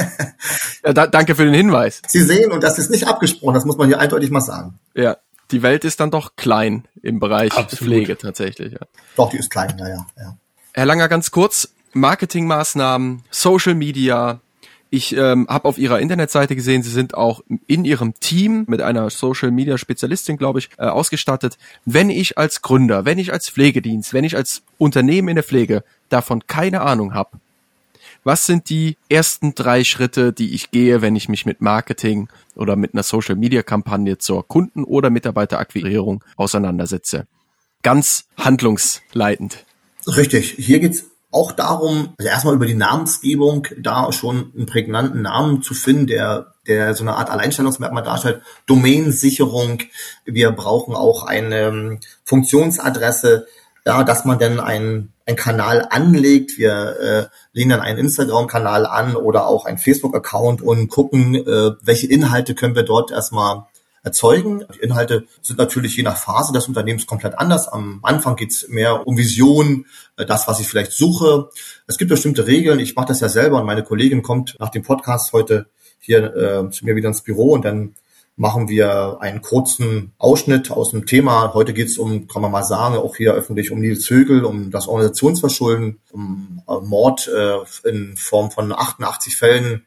Ja, da, danke für den Hinweis. Sie sehen, und das ist nicht abgesprochen, das muss man hier eindeutig mal sagen. Ja. Die Welt ist dann doch klein im Bereich Absolut. Pflege tatsächlich. Ja. Doch, die ist klein, ja, ja, ja. Herr Langer, ganz kurz, Marketingmaßnahmen, Social Media. Ich ähm, habe auf Ihrer Internetseite gesehen, Sie sind auch in Ihrem Team mit einer Social Media Spezialistin, glaube ich, äh, ausgestattet. Wenn ich als Gründer, wenn ich als Pflegedienst, wenn ich als Unternehmen in der Pflege davon keine Ahnung habe, was sind die ersten drei Schritte, die ich gehe, wenn ich mich mit Marketing oder mit einer Social-Media-Kampagne zur Kunden- oder Mitarbeiterakquirierung auseinandersetze? Ganz handlungsleitend. Richtig. Hier geht's auch darum, also erstmal über die Namensgebung, da schon einen prägnanten Namen zu finden, der der so eine Art Alleinstellungsmerkmal darstellt. Domänensicherung. Wir brauchen auch eine Funktionsadresse, ja, dass man dann einen einen Kanal anlegt. Wir äh, legen dann einen Instagram-Kanal an oder auch einen Facebook-Account und gucken, äh, welche Inhalte können wir dort erstmal erzeugen. Die Inhalte sind natürlich je nach Phase des Unternehmens komplett anders. Am Anfang geht's mehr um Vision, äh, das, was ich vielleicht suche. Es gibt bestimmte Regeln. Ich mache das ja selber und meine Kollegin kommt nach dem Podcast heute hier äh, zu mir wieder ins Büro und dann machen wir einen kurzen Ausschnitt aus dem Thema. Heute geht es um, kann man mal sagen, auch hier öffentlich um Nils Högel, um das Organisationsverschulden, um Mord äh, in Form von achtundachtzig Fällen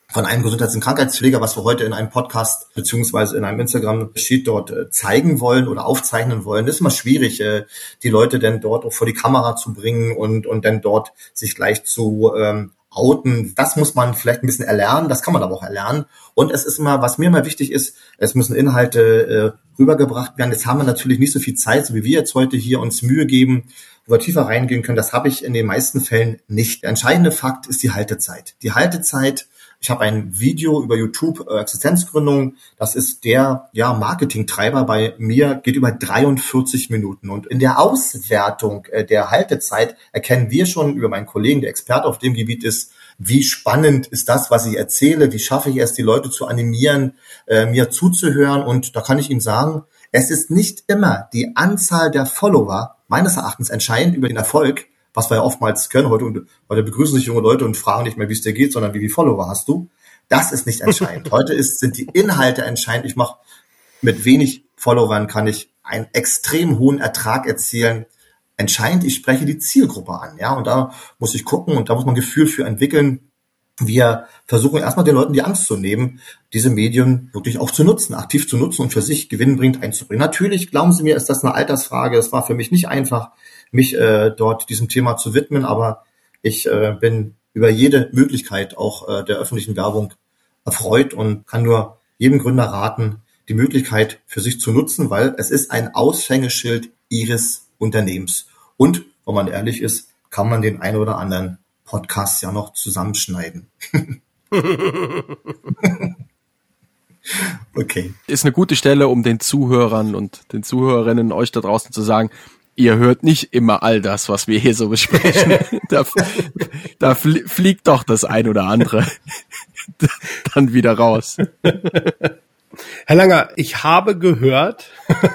von einem Gesundheits- und Krankheitspfleger, was wir heute in einem Podcast beziehungsweise in einem Instagram-Sheet dort äh, zeigen wollen oder aufzeichnen wollen. Das ist immer schwierig, äh, die Leute dann dort auch vor die Kamera zu bringen und und dann dort sich gleich zu ähm, outen. Das muss man vielleicht ein bisschen erlernen, das kann man aber auch erlernen. Und es ist immer, was mir immer wichtig ist, es müssen Inhalte äh, rübergebracht werden. Jetzt haben wir natürlich nicht so viel Zeit, so wie wir jetzt heute hier uns Mühe geben, wo wir tiefer reingehen können. Das habe ich in den meisten Fällen nicht. Der entscheidende Fakt ist die Haltezeit. Die Haltezeit, ich habe ein Video über YouTube, äh, Existenzgründung, das ist der ja Marketingtreiber bei mir, geht über dreiundvierzig Minuten. Und in der Auswertung äh, der Haltezeit erkennen wir schon über meinen Kollegen, der Experte auf dem Gebiet ist, wie spannend ist das, was ich erzähle, wie schaffe ich es, die Leute zu animieren, äh, mir zuzuhören. Und da kann ich Ihnen sagen, es ist nicht immer die Anzahl der Follower meines Erachtens entscheidend über den Erfolg, was wir ja oftmals können. Heute, heute begrüßen sich junge Leute und fragen nicht mehr, wie es dir geht, sondern wie viele Follower hast du. Das ist nicht entscheidend. Heute ist, sind die Inhalte entscheidend. Ich mache mit wenig Followern kann ich einen extrem hohen Ertrag erzielen. Entscheidend, ich spreche die Zielgruppe an. Ja, und da muss ich gucken und da muss man ein Gefühl für entwickeln. Wir versuchen erstmal den Leuten die Angst zu nehmen, diese Medien wirklich auch zu nutzen, aktiv zu nutzen und für sich gewinnbringend einzubringen. Natürlich, glauben Sie mir, ist das eine Altersfrage. Es war für mich nicht einfach, mich äh, dort diesem Thema zu widmen, aber ich äh, bin über jede Möglichkeit auch äh, der öffentlichen Werbung erfreut und kann nur jedem Gründer raten, die Möglichkeit für sich zu nutzen, weil es ist ein Aushängeschild Ihres Unternehmens. Und, wenn man ehrlich ist, kann man den einen oder anderen Podcast ja noch zusammenschneiden. Okay. Ist eine gute Stelle, um den Zuhörern und den Zuhörerinnen euch da draußen zu sagen, ihr hört nicht immer all das, was wir hier so besprechen. da, da fliegt doch das ein oder andere dann wieder raus. Herr Langer, ich habe gehört,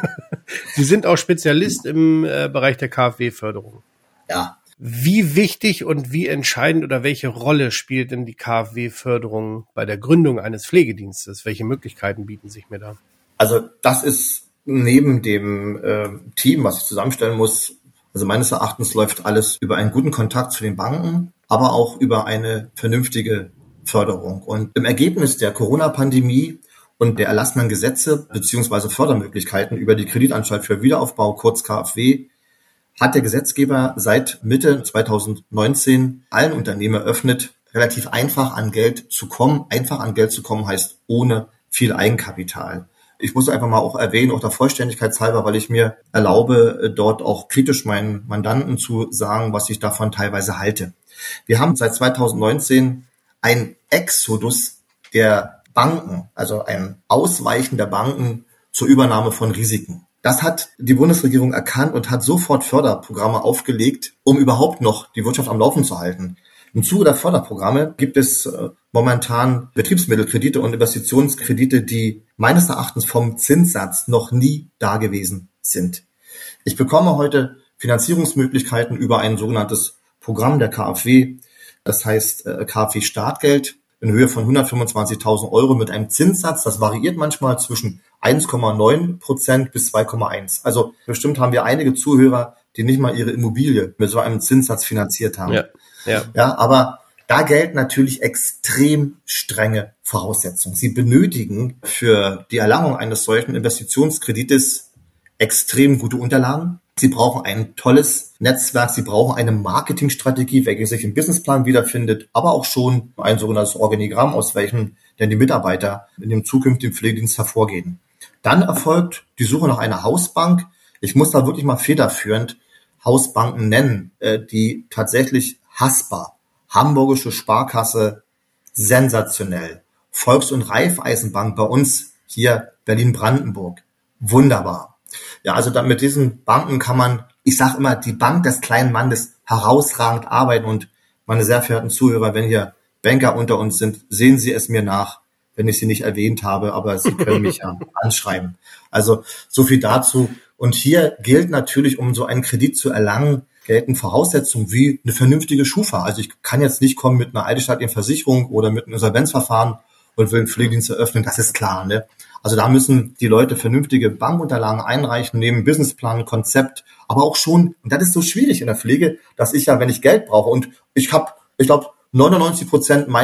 Sie sind auch Spezialist im äh, Bereich der K f W-Förderung. Ja. Wie wichtig und wie entscheidend oder welche Rolle spielt denn die K f W-Förderung bei der Gründung eines Pflegedienstes? Welche Möglichkeiten bieten sich mir da? Also das ist neben dem äh, Team, was ich zusammenstellen muss, also meines Erachtens läuft alles über einen guten Kontakt zu den Banken, aber auch über eine vernünftige Förderung. Und im Ergebnis der Corona-Pandemie und der erlassenen Gesetze beziehungsweise Fördermöglichkeiten über die Kreditanstalt für Wiederaufbau, kurz K f W, hat der Gesetzgeber seit Mitte zwanzig neunzehn allen Unternehmen eröffnet, relativ einfach an Geld zu kommen. Einfach an Geld zu kommen heißt ohne viel Eigenkapital. Ich muss einfach mal auch erwähnen, auch der Vollständigkeit halber, weil ich mir erlaube, dort auch kritisch meinen Mandanten zu sagen, was ich davon teilweise halte. Wir haben seit zwanzig neunzehn einen Exodus der Banken, also ein Ausweichen der Banken zur Übernahme von Risiken. Das hat die Bundesregierung erkannt und hat sofort Förderprogramme aufgelegt, um überhaupt noch die Wirtschaft am Laufen zu halten. Im Zuge der Förderprogramme gibt es äh, momentan Betriebsmittelkredite und Investitionskredite, die meines Erachtens vom Zinssatz noch nie dagewesen sind. Ich bekomme heute Finanzierungsmöglichkeiten über ein sogenanntes Programm der K f W, das heißt äh, K f W-Startgeld in Höhe von hundertfünfundzwanzigtausend Euro mit einem Zinssatz, das variiert manchmal zwischen eins Komma neun Prozent bis zwei Komma eins. Also bestimmt haben wir einige Zuhörer, die nicht mal ihre Immobilie mit so einem Zinssatz finanziert haben. Ja, ja. Ja, aber da gelten natürlich extrem strenge Voraussetzungen. Sie benötigen für die Erlangung eines solchen Investitionskredites extrem gute Unterlagen. Sie brauchen ein tolles Netzwerk, Sie brauchen eine Marketingstrategie, welche sich im Businessplan wiederfindet, aber auch schon ein sogenanntes Organigramm, aus welchem denn die Mitarbeiter in dem zukünftigen Pflegedienst hervorgehen. Dann erfolgt die Suche nach einer Hausbank. Ich muss da wirklich mal federführend Hausbanken nennen, die tatsächlich hassbar. Hamburgische Sparkasse, sensationell. Volks- und Raiffeisenbank bei uns hier Berlin-Brandenburg, wunderbar. Ja, also dann mit diesen Banken kann man, ich sage immer, die Bank des kleinen Mannes herausragend arbeiten. Und meine sehr verehrten Zuhörer, wenn hier Banker unter uns sind, sehen Sie es mir nach, wenn ich Sie nicht erwähnt habe, aber Sie können mich ja anschreiben. Also so viel dazu. Und hier gilt natürlich, um so einen Kredit zu erlangen, gelten Voraussetzungen wie eine vernünftige Schufa. Also ich kann jetzt nicht kommen mit einer eidesstattlichen Versicherung oder mit einem Insolvenzverfahren und will einen Pflegedienst eröffnen, das ist klar, ne? Also da müssen die Leute vernünftige Bankunterlagen einreichen, nehmen Businessplan, Konzept, aber auch schon, und das ist so schwierig in der Pflege, dass ich ja, wenn ich Geld brauche und ich habe, ich glaube, neunundneunzig Prozent meiner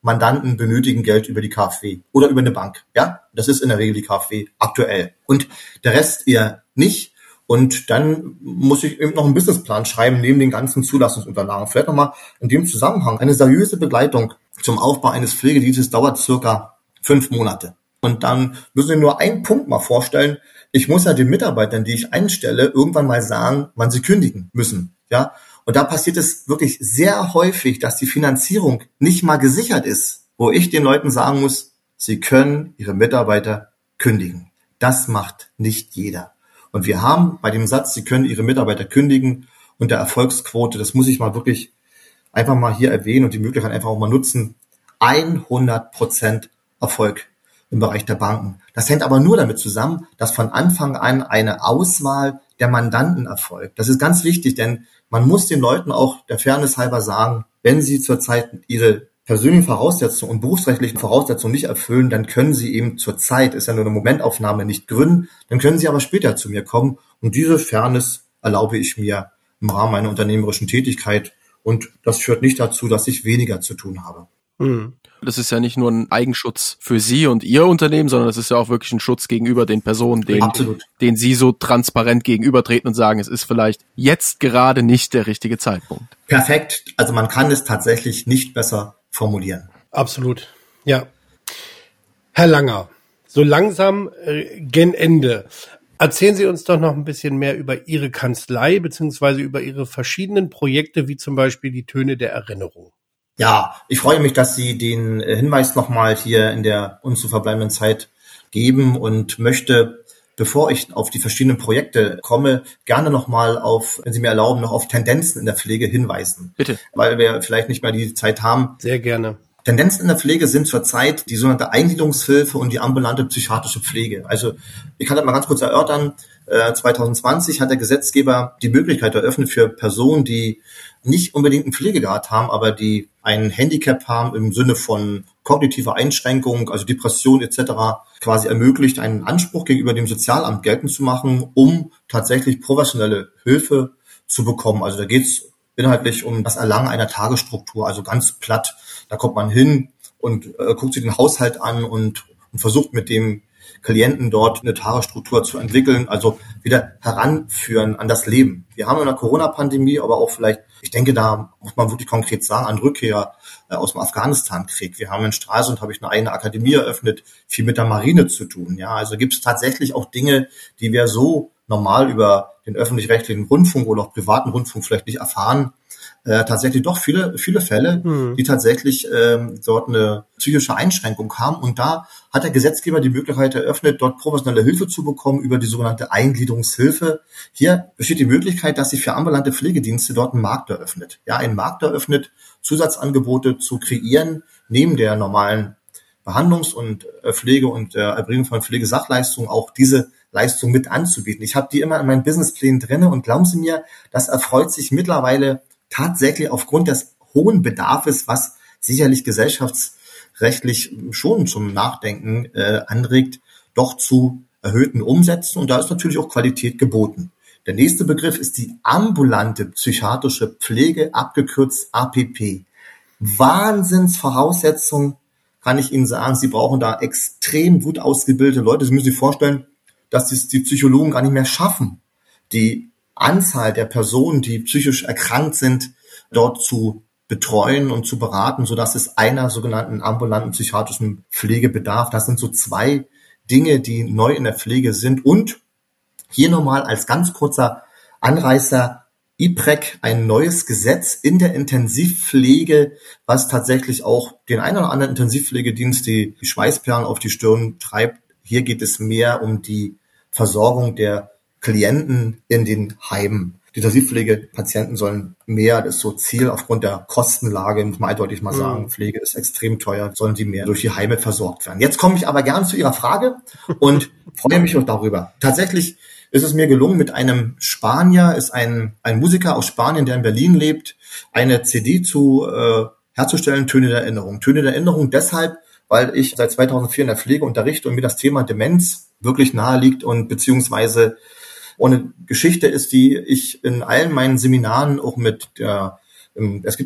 Mandanten benötigen Geld über die KfW oder über eine Bank. Ja, das ist in der Regel die KfW aktuell. Und der Rest eher nicht. Und dann muss ich eben noch einen Businessplan schreiben, neben den ganzen Zulassungsunterlagen. Vielleicht nochmal in dem Zusammenhang. Eine seriöse Begleitung zum Aufbau eines Pflegedienstes dauert circa fünf Monate. Und dann müssen Sie nur einen Punkt mal vorstellen. Ich muss ja den Mitarbeitern, die ich einstelle, irgendwann mal sagen, wann sie kündigen müssen. Ja. Und da passiert es wirklich sehr häufig, dass die Finanzierung nicht mal gesichert ist, wo ich den Leuten sagen muss, sie können ihre Mitarbeiter kündigen. Das macht nicht jeder. Und wir haben bei dem Satz, sie können ihre Mitarbeiter kündigen und der Erfolgsquote, das muss ich mal wirklich einfach mal hier erwähnen und die Möglichkeit einfach auch mal nutzen, hundert Prozent Erfolg im Bereich der Banken. Das hängt aber nur damit zusammen, dass von Anfang an eine Auswahl der Mandanten erfolgt. Das ist ganz wichtig, denn man muss den Leuten auch der Fairness halber sagen, wenn sie zurzeit ihre persönlichen Voraussetzungen und berufsrechtlichen Voraussetzungen nicht erfüllen, dann können sie eben zurzeit, ist ja nur eine Momentaufnahme, nicht gründen, dann können sie aber später zu mir kommen und diese Fairness erlaube ich mir im Rahmen meiner unternehmerischen Tätigkeit und das führt nicht dazu, dass ich weniger zu tun habe. Mhm. Das ist ja nicht nur ein Eigenschutz für Sie und Ihr Unternehmen, sondern das ist ja auch wirklich ein Schutz gegenüber den Personen, denen, denen Sie so transparent gegenübertreten und sagen, es ist vielleicht jetzt gerade nicht der richtige Zeitpunkt. Perfekt. Also man kann es tatsächlich nicht besser formulieren. Absolut. Ja. Herr Langer, so langsam äh, gen Ende. Erzählen Sie uns doch noch ein bisschen mehr über Ihre Kanzlei beziehungsweise über Ihre verschiedenen Projekte, wie zum Beispiel die Töne der Erinnerung. Ja, ich freue mich, dass Sie den Hinweis nochmal hier in der uns zu verbleibenden Zeit geben und möchte, bevor ich auf die verschiedenen Projekte komme, gerne nochmal auf, wenn Sie mir erlauben, noch auf Tendenzen in der Pflege hinweisen. Bitte. Weil wir vielleicht nicht mehr die Zeit haben. Sehr gerne. Tendenzen in der Pflege sind zurzeit die sogenannte Eingliederungshilfe und die ambulante psychiatrische Pflege. Also ich kann das mal ganz kurz erörtern. zwanzig zwanzig hat der Gesetzgeber die Möglichkeit eröffnet für Personen, die nicht unbedingt einen Pflegegrad haben, aber die ein Handicap haben im Sinne von kognitiver Einschränkung, also Depression et cetera, quasi ermöglicht, einen Anspruch gegenüber dem Sozialamt geltend zu machen, um tatsächlich professionelle Hilfe zu bekommen. Also da geht es inhaltlich um das Erlangen einer Tagesstruktur, also ganz platt. Da kommt man hin und äh, guckt sich den Haushalt an und, und versucht mit dem Klienten dort eine Tagesstruktur zu entwickeln, also wieder heranführen an das Leben. Wir haben in der Corona-Pandemie, aber auch vielleicht, ich denke, da muss man wirklich konkret sagen, an Rückkehr äh, aus dem Afghanistan-Krieg. Wir haben in Stralsund, habe ich eine eigene Akademie eröffnet, viel mit der Marine zu tun. Ja, also gibt es tatsächlich auch Dinge, die wir so normal über den öffentlich-rechtlichen Rundfunk oder auch privaten Rundfunk vielleicht nicht erfahren. Äh, tatsächlich doch viele viele Fälle, hm. die tatsächlich ähm, dort eine psychische Einschränkung haben. Und da hat der Gesetzgeber die Möglichkeit eröffnet, dort professionelle Hilfe zu bekommen über die sogenannte Eingliederungshilfe. Hier besteht die Möglichkeit, dass sich für ambulante Pflegedienste dort ein Markt eröffnet. Ja, ein Markt eröffnet, Zusatzangebote zu kreieren, neben der normalen Behandlungs- und äh, Pflege und äh, Erbringung von Pflegesachleistungen auch diese Leistung mit anzubieten. Ich habe die immer in meinen Businessplänen drinne und glauben Sie mir, das erfreut sich mittlerweile tatsächlich aufgrund des hohen Bedarfs, was sicherlich gesellschaftsrechtlich schon zum Nachdenken äh, anregt, doch zu erhöhten Umsätzen. Und da ist natürlich auch Qualität geboten. Der nächste Begriff ist die ambulante psychiatrische Pflege, abgekürzt A P P. Wahnsinnsvoraussetzung, kann ich Ihnen sagen. Sie brauchen da extrem gut ausgebildete Leute. Sie müssen sich vorstellen, dass es die Psychologen gar nicht mehr schaffen, die Anzahl der Personen, die psychisch erkrankt sind, dort zu betreuen und zu beraten, sodass es einer sogenannten ambulanten psychiatrischen Pflege bedarf. Das sind so zwei Dinge, die neu in der Pflege sind. Und hier nochmal als ganz kurzer Anreißer I P R E C, ein neues Gesetz in der Intensivpflege, was tatsächlich auch den einen oder anderen Intensivpflegedienst die, die Schweißperlen auf die Stirn treibt. Hier geht es mehr um die Versorgung der Klienten in den Heimen. Die Intensivpflegepatienten sollen mehr, das ist so Ziel aufgrund der Kostenlage, muss man eindeutig mal sagen, mhm. Pflege ist extrem teuer, sollen sie mehr durch die Heime versorgt werden. Jetzt komme ich aber gern zu Ihrer Frage und freue mich auch darüber. Tatsächlich ist es mir gelungen, mit einem Spanier, ist ein, ein Musiker aus Spanien, der in Berlin lebt, eine C D zu äh, herzustellen, Töne der Erinnerung. Töne der Erinnerung deshalb, weil ich seit zweitausendvier in der Pflege unterrichte und mir das Thema Demenz wirklich nahe liegt und beziehungsweise eine Geschichte ist, die ich in allen meinen Seminaren auch mit der, es gibt da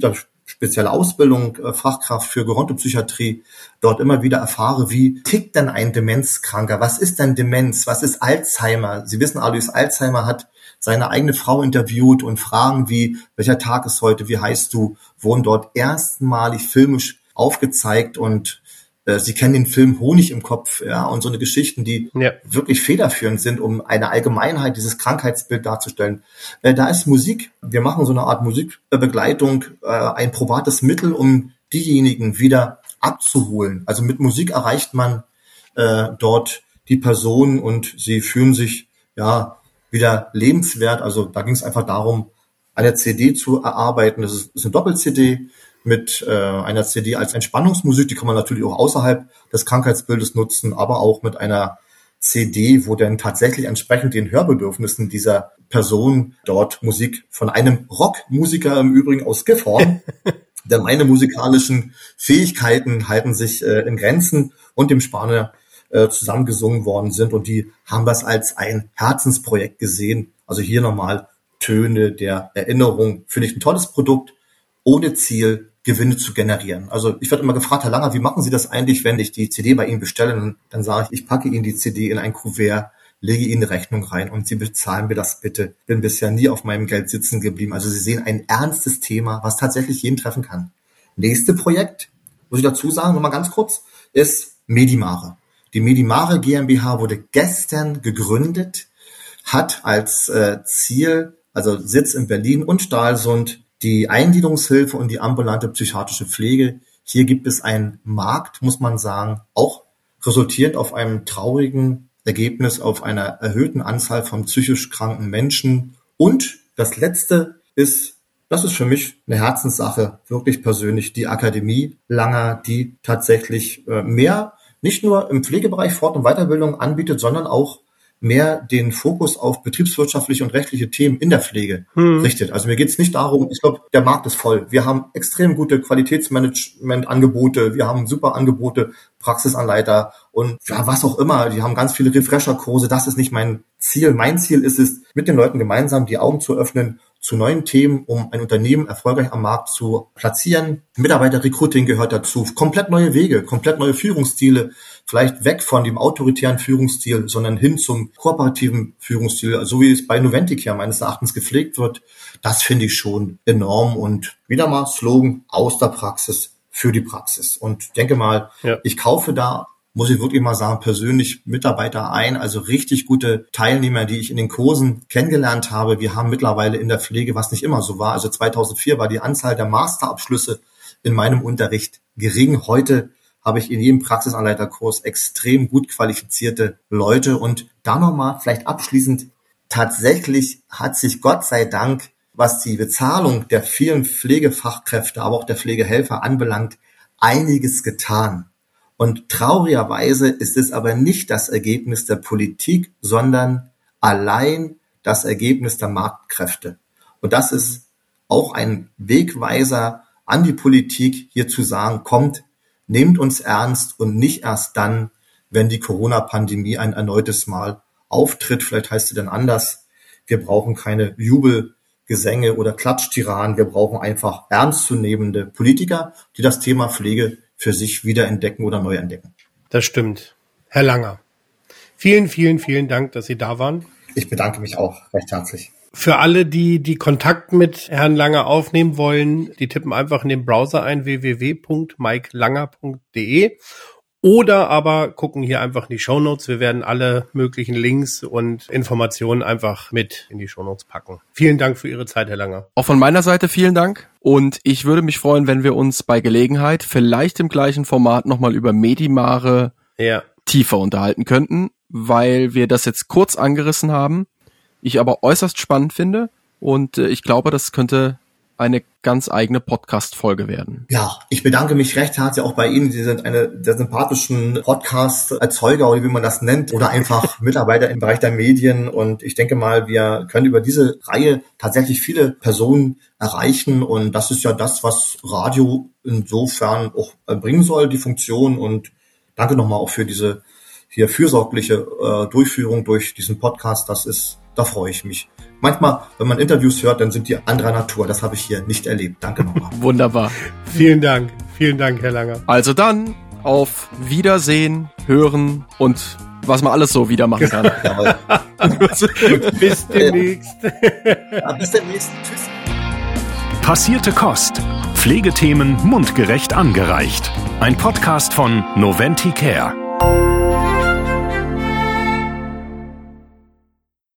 spezielle Ausbildung, äh, Fachkraft für Gerontopsychiatrie, dort immer wieder erfahre, wie tickt denn ein Demenzkranker? Was ist denn Demenz? Was ist Alzheimer? Sie wissen, Alois Alzheimer hat seine eigene Frau interviewt und Fragen wie, welcher Tag ist heute, wie heißt du, wurden dort erstmalig filmisch aufgezeigt und äh, Sie kennen den Film Honig im Kopf, ja, und so eine Geschichten, die ja. wirklich federführend sind, um eine Allgemeinheit, dieses Krankheitsbild darzustellen. Äh, da ist Musik, wir machen so eine Art Musikbegleitung, äh, ein probates Mittel, um diejenigen wieder abzuholen. Also mit Musik erreicht man äh, dort die Personen und sie fühlen sich, ja, wieder lebenswert. Also da ging es einfach darum, eine C D zu erarbeiten. Das ist, ist eine Doppel-C D mit äh, einer C D als Entspannungsmusik. Die kann man natürlich auch außerhalb des Krankheitsbildes nutzen, aber auch mit einer C D, wo dann tatsächlich entsprechend den Hörbedürfnissen dieser Person dort Musik von einem Rockmusiker im Übrigen aus Gifhorn, denn meine musikalischen Fähigkeiten halten sich äh, in Grenzen, und dem Spanier äh, zusammengesungen worden sind, und die haben das als ein Herzensprojekt gesehen. Also hier nochmal Töne der Erinnerung. Finde ich ein tolles Produkt, ohne Ziel, Gewinne zu generieren. Also ich werde immer gefragt, Herr Langer, wie machen Sie das eigentlich, wenn ich die C D bei Ihnen bestelle? Und dann sage ich, ich packe Ihnen die C D in ein Kuvert, lege Ihnen eine Rechnung rein und Sie bezahlen mir das bitte. Bin bisher nie auf meinem Geld sitzen geblieben. Also Sie sehen ein ernstes Thema, was tatsächlich jeden treffen kann. Nächste Projekt, muss ich dazu sagen, nochmal ganz kurz, ist Medimare. Die Medimare GmbH wurde gestern gegründet, hat als äh, Ziel, also Sitz in Berlin und Stralsund, die Eingliederungshilfe und die ambulante psychiatrische Pflege. Hier gibt es einen Markt, muss man sagen, auch resultierend auf einem traurigen Ergebnis, auf einer erhöhten Anzahl von psychisch kranken Menschen. Und das Letzte ist, das ist für mich eine Herzenssache, wirklich persönlich, die Akademie Langer, die tatsächlich äh, mehr nicht nur im Pflegebereich Fort- und Weiterbildung anbietet, sondern auch mehr den Fokus auf betriebswirtschaftliche und rechtliche Themen in der Pflege hm. richtet. Also mir geht es nicht darum, ich glaube, der Markt ist voll. Wir haben extrem gute Qualitätsmanagement-Angebote, wir haben super Angebote, Praxisanleiter und ja, was auch immer. Die haben ganz viele Refresher-Kurse. Das ist nicht mein Ziel. Mein Ziel ist es, mit den Leuten gemeinsam die Augen zu öffnen zu neuen Themen, um ein Unternehmen erfolgreich am Markt zu platzieren. Mitarbeiter-Recruiting gehört dazu. Komplett neue Wege, komplett neue Führungsstile. Vielleicht weg von dem autoritären Führungsstil, sondern hin zum kooperativen Führungsstil, so wie es bei Noventicare meines Erachtens gepflegt wird. Das finde ich schon enorm, und wieder mal Slogan aus der Praxis für die Praxis. Und ich denke mal, ja. ich kaufe da, muss ich wirklich mal sagen, persönlich Mitarbeiter ein, also richtig gute Teilnehmer, die ich in den Kursen kennengelernt habe. Wir haben mittlerweile in der Pflege, was nicht immer so war, also zweitausendvier war die Anzahl der Masterabschlüsse in meinem Unterricht gering. Heute habe ich in jedem Praxisanleiterkurs extrem gut qualifizierte Leute. Und da nochmal vielleicht abschließend, tatsächlich hat sich Gott sei Dank, was die Bezahlung der vielen Pflegefachkräfte, aber auch der Pflegehelfer anbelangt, einiges getan. Und traurigerweise ist es aber nicht das Ergebnis der Politik, sondern allein das Ergebnis der Marktkräfte. Und das ist auch ein Wegweiser an die Politik, hier zu sagen, kommt, nehmt uns ernst, und nicht erst dann, wenn die Corona-Pandemie ein erneutes Mal auftritt. Vielleicht heißt sie dann anders. Wir brauchen keine Jubelgesänge oder Klatschtiranen. Wir brauchen einfach ernstzunehmende Politiker, die das Thema Pflege für sich wiederentdecken oder neu entdecken. Das stimmt. Herr Langer, vielen, vielen, vielen Dank, dass Sie da waren. Ich bedanke mich auch recht herzlich. Für alle, die die Kontakt mit Herrn Langer aufnehmen wollen, die tippen einfach in den Browser ein w w w punkt mike langer punkt d e oder aber gucken hier einfach in die Shownotes. Wir werden alle möglichen Links und Informationen einfach mit in die Shownotes packen. Vielen Dank für Ihre Zeit, Herr Langer. Auch von meiner Seite vielen Dank. Und ich würde mich freuen, wenn wir uns bei Gelegenheit vielleicht im gleichen Format nochmal über Medimare ja. tiefer unterhalten könnten, weil wir das jetzt kurz angerissen haben. Ich aber äußerst spannend finde, und äh, ich glaube, das könnte eine ganz eigene Podcast-Folge werden. Ja, ich bedanke mich recht herzlich auch bei Ihnen. Sie sind eine der sympathischen Podcast-Erzeuger, oder wie man das nennt, oder einfach Mitarbeiter im Bereich der Medien. Und ich denke mal, wir können über diese Reihe tatsächlich viele Personen erreichen. Und das ist ja das, was Radio insofern auch bringen soll, die Funktion. Und danke nochmal auch für diese hier fürsorgliche äh, Durchführung durch diesen Podcast. Das ist Da freue ich mich manchmal, wenn man Interviews hört, dann sind die anderer Natur. Das habe ich hier nicht erlebt. Danke nochmal. Wunderbar. Vielen Dank. Vielen Dank, Herr Langer. Also dann auf Wiedersehen, Hören und was man alles so wieder machen kann. Jawohl. Bis demnächst. Ja, bis demnächst. Tschüss. Passierte Kost. Pflegethemen mundgerecht angereicht. Ein Podcast von Noventi Care.